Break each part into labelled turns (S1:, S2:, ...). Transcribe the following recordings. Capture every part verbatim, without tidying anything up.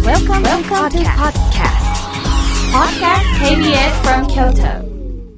S1: Welcome, Welcome to podcast. Podcast ケービーエス from Kyoto.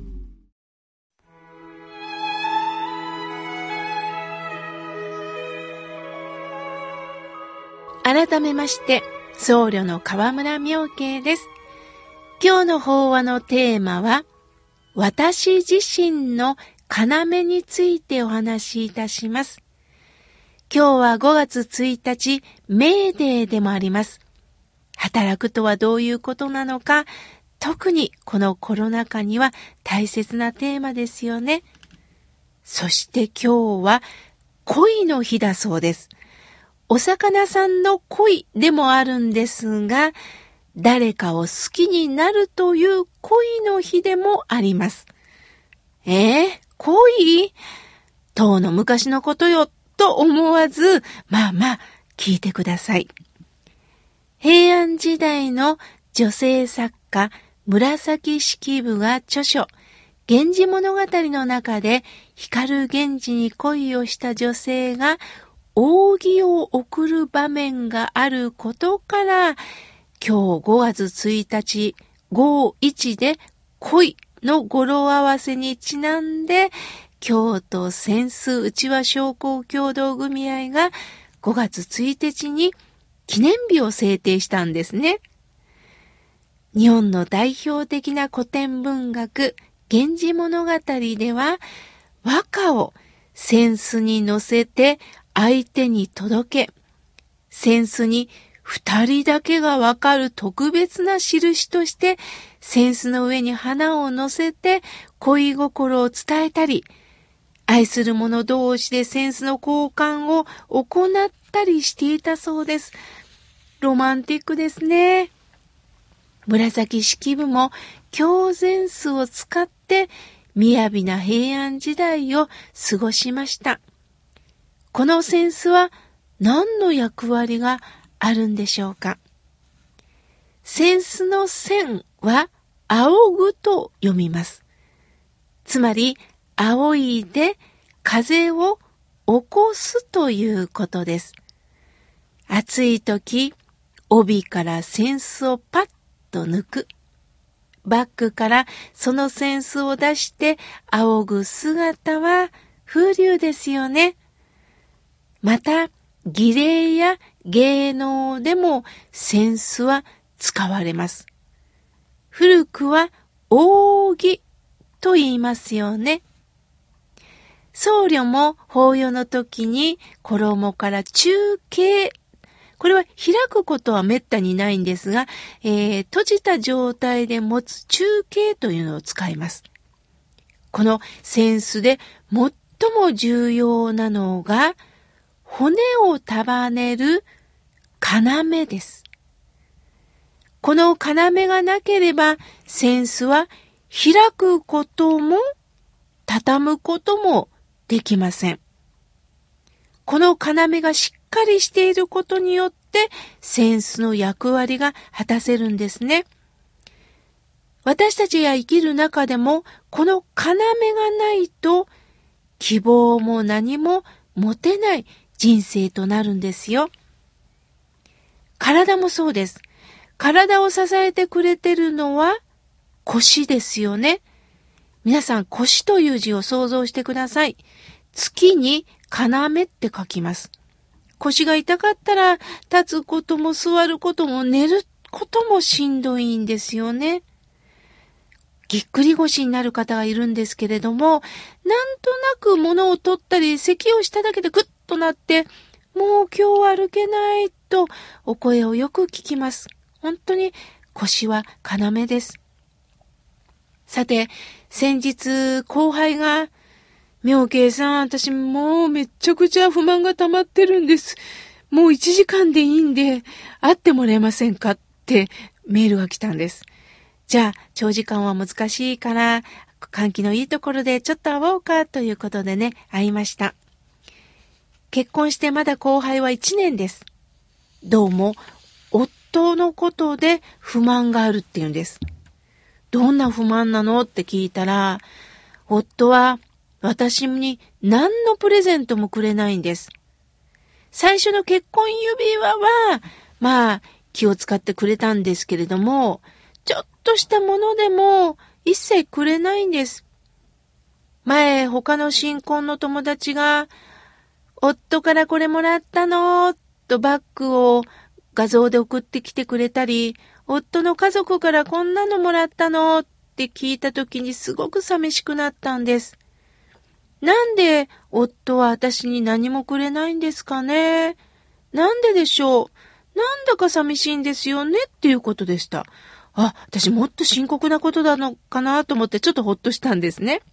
S2: 改めまして、僧侶の河村妙慶です。今日の法話のテーマは、私自身の要についてお話しいたします。今日はごがつついたち、メーデーでもあります。働くとはどういうことなのか、特にこのコロナ禍には大切なテーマですよね。そして今日は恋の日だそうです。お魚さんの恋でもあるんですが、誰かを好きになるという恋の日でもあります。えー、恋？とうの昔のことよと思わず、まあまあ聞いてください。平安時代の女性作家紫式部が著書源氏物語の中で光源氏に恋をした女性が扇を送る場面があることから、今日ごがつついたちごいちで恋の語呂合わせにちなんで、京都扇子内輪商工協同組合がごがつついたちに記念日を制定したんですね。日本の代表的な古典文学源氏物語では、和歌を扇子に乗せて相手に届け、扇子に二人だけがわかる特別な印として扇子の上に花を乗せて恋心を伝えたり、愛する者同士で扇子の交換を行ったりしていたそうです。ロマンティックですね。紫式部も狂扇子を使って雅な平安時代を過ごしました。この扇子は何の役割があるんでしょうか。扇子の扇は仰ぐと読みます。つまり仰いで風を起こすということです。暑い時、帯から扇子をパッと抜く。バッグからその扇子を出して仰ぐ姿は風流ですよね。また、儀礼や芸能でも扇子は使われます。古くは扇と言いますよね。僧侶も法要の時に衣から中継、これは開くことはめったにないんですが、えー、閉じた状態で持つ中継というのを使います。この扇子で最も重要なのが、骨を束ねる要です。この要がなければ、扇子は開くことも畳むこともできません。この要がしっかりしていることによって、扇子の役割が果たせるんですね。私たちが生きる中でも、この要がないと、希望も何も持てない人生となるんですよ。体もそうです。体を支えてくれてるのは腰ですよね。皆さん、腰という字を想像してください。月に要って書きます。腰が痛かったら立つことも座ることも寝ることもしんどいんですよね。ぎっくり腰になる方がいるんですけれども、なんとなく物を取ったり咳をしただけでグッとなって、もう今日は歩けないとお声をよく聞きます。本当に腰は要です。さて、先日後輩が、妙慶さん、私もうめっちゃくちゃ不満が溜まってるんです。もういちじかんでいいんで会ってもらえませんかってメールが来たんです。じゃあ長時間は難しいから換気のいいところでちょっと会おうかということでね、会いました。結婚してまだ後輩はいちねんです。どうも夫のことで不満があるっていうんです。どんな不満なのって聞いたら、夫は私に何のプレゼントもくれないんです。最初の結婚指輪は、まあ、 気を使ってくれたんですけれども、ちょっとしたものでも一切くれないんです。前、他の新婚の友達が、夫からこれもらったのとバッグを画像で送ってきてくれたり、夫の家族からこんなのもらったのって聞いたときにすごく寂しくなったんです。なんで夫は私に何もくれないんですかね。なんででしょう。なんだか寂しいんですよねっていうことでした。あ、私もっと深刻なことなのかなと思ってちょっとほっとしたんですね。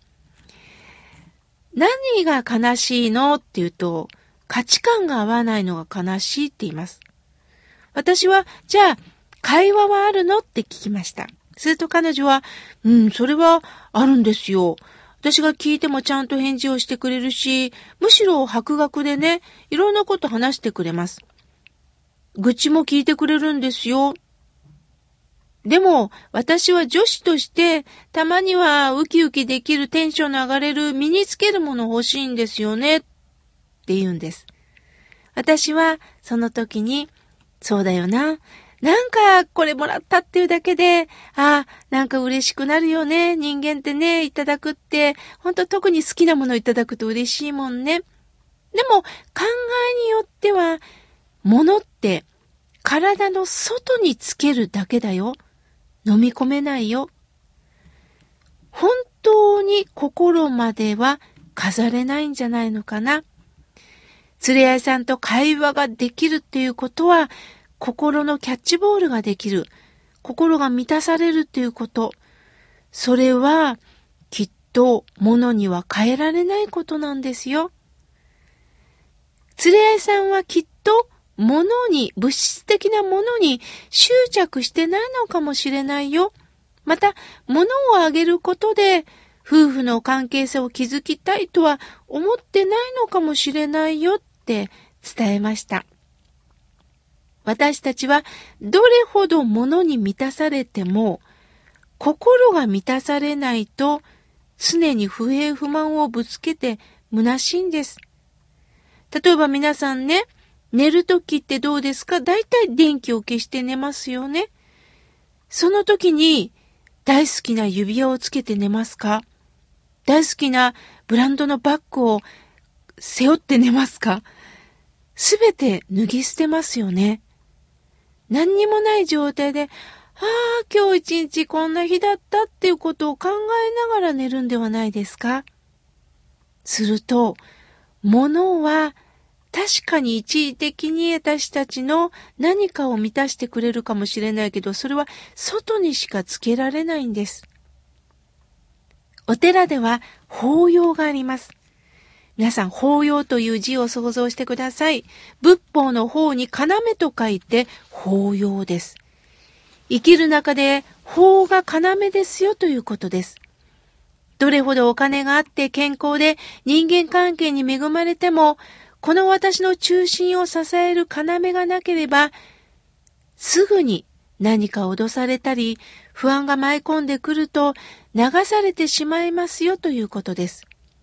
S2: 何が悲しいのっていうと、価値観が合わないのが悲しいって言います。私は、じゃあ、会話はあるのって聞きました。すると彼女は、うん、それはあるんですよ。私が聞いてもちゃんと返事をしてくれるし、むしろ博学でね、いろんなこと話してくれます。愚痴も聞いてくれるんですよ。でも、私は女子として、たまにはウキウキできるテンションの上がれる身につけるもの欲しいんですよね、って言うんです。私は、その時に、そうだよな。なんか、これもらったっていうだけで、ああ、なんか嬉しくなるよね。人間ってね、いただくって、本当特に好きなものいただくと嬉しいもんね。でも、考えによっては、物って体の外につけるだけだよ。飲み込めないよ。本当に心までは飾れないんじゃないのかな。連れ合いさんと会話ができるっていうことは、心のキャッチボールができる。心が満たされるっていうこと。それは、きっと物には変えられないことなんですよ。連れ合いさんはきっと物に、物質的なものに執着してないのかもしれないよ。また、物をあげることで、夫婦の関係性を築きたいとは思ってないのかもしれないよって伝えました。私たちはどれほど物に満たされても、心が満たされないと常に不平不満をぶつけて虚しいんです。例えば皆さんね、寝るときってどうですか？だいたい電気を消して寝ますよね。その時に大好きな指輪をつけて寝ますか？大好きなブランドのバッグを背負って寝ますか？すべて脱ぎ捨てますよね。何にもない状態で、ああ、今日一日こんな日だったっていうことを考えながら寝るんではないですか？すると、物は確かに一時的に私たちの何かを満たしてくれるかもしれないけど、それは外にしかつけられないんです。お寺では法要があります。皆さん、法要という字を想像してください。仏法の法に要と書いて法要です。生きる中で法が要ですよということです。どれほどお金があって健康で人間関係に恵まれても、この私の中心を支える要がなければ、すぐに何か脅されたり、不安が舞い込んでくると流されてしまいますよということです。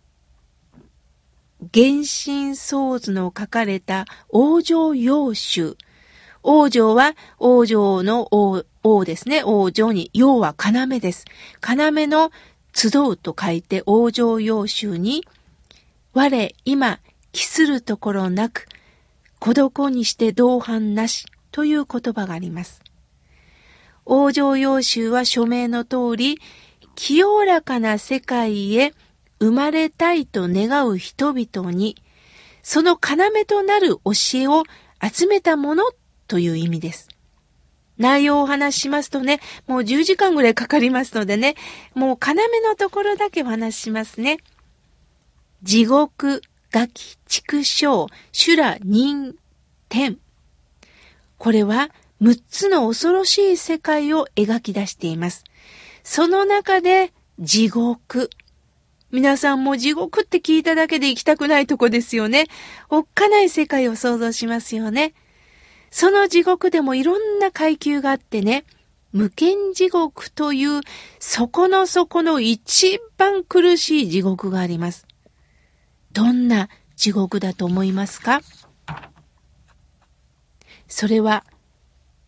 S2: 原神僧図の書かれた往生要集。往生は往生の王、王ですね。往生に、要は要です。要の集うと書いて往生要集に、我今帰するところなく、孤独にして同伴なしという言葉があります。往生要集は署名の通り、清らかな世界へ生まれたいと願う人々に、その要となる教えを集めたものという意味です。内容をお話ししますとね、もうじゅうじかんぐらいかかりますのでね、もう要のところだけお話ししますね。地獄、餓鬼、畜生、修羅、人、天。これはむっつの恐ろしい世界を描き出しています。その中で地獄。皆さんも地獄って聞いただけで行きたくないとこですよね。おっかない世界を想像しますよね。その地獄でもいろんな階級があってね、無間地獄という底の底の一番苦しい地獄があります。どんな地獄だと思いますか？それは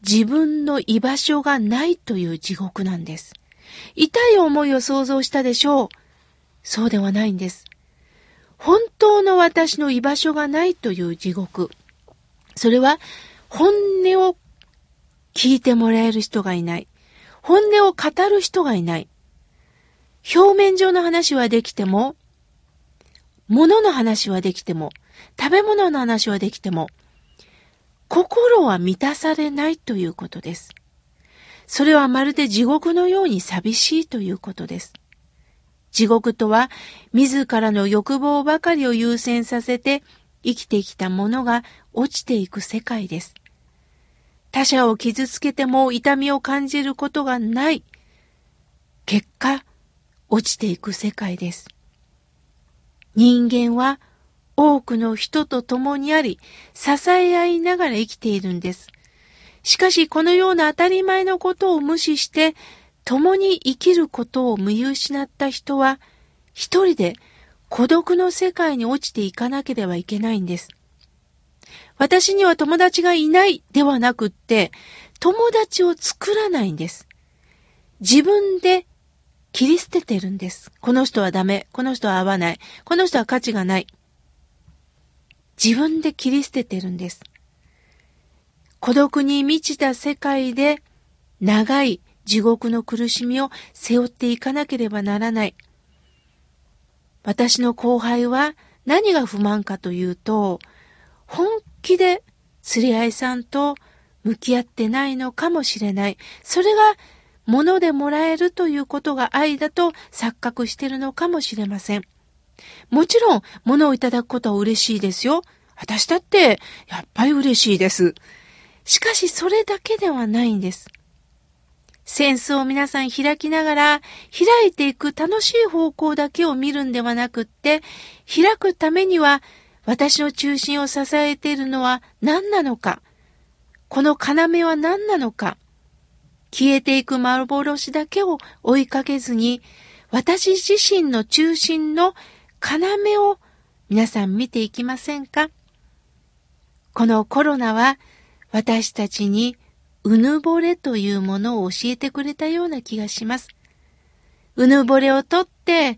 S2: 自分の居場所がないという地獄なんです。痛い思いを想像したでしょう。そうではないんです。本当の私の居場所がないという地獄。それは本音を聞いてもらえる人がいない。本音を語る人がいない。表面上の話はできても、物の話はできても、食べ物の話はできても、心は満たされないということです。それはまるで地獄のように寂しいということです。地獄とは、自らの欲望ばかりを優先させて生きてきたものが落ちていく世界です。他者を傷つけても痛みを感じることがない。結果、落ちていく世界です。人間は多くの人と共にあり、支え合いながら生きているんです。しかしこのような当たり前のことを無視して、共に生きることを見失った人は、一人で孤独の世界に落ちていかなければいけないんです。私には友達がいないではなくって、友達を作らないんです。自分で切り捨ててるんです。この人はダメ。この人は合わない。この人は価値がない。自分で切り捨ててるんです。孤独に満ちた世界で長い地獄の苦しみを背負っていかなければならない。私の後輩は何が不満かというと、本気で釣り合いさんと向き合ってないのかもしれない。それが物でもらえるということが愛だと錯覚しているのかもしれません。もちろん物をいただくことは嬉しいですよ。私だってやっぱり嬉しいです。しかしそれだけではないんです。センスを皆さん開きながら開いていく楽しい方向だけを見るんではなくって、開くためには私の中心を支えているのは何なのか、この要は何なのか、消えていく幻だけを追いかけずに、私自身の中心の要を皆さん見ていきませんか？このコロナは私たちにうぬぼれというものを教えてくれたような気がします。うぬぼれをとって、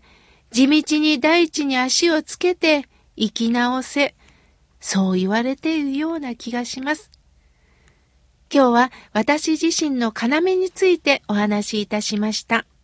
S2: 地道に大地に足をつけて生き直せ、そう言われているような気がします。今日は私自身の要についてお話しいたしました。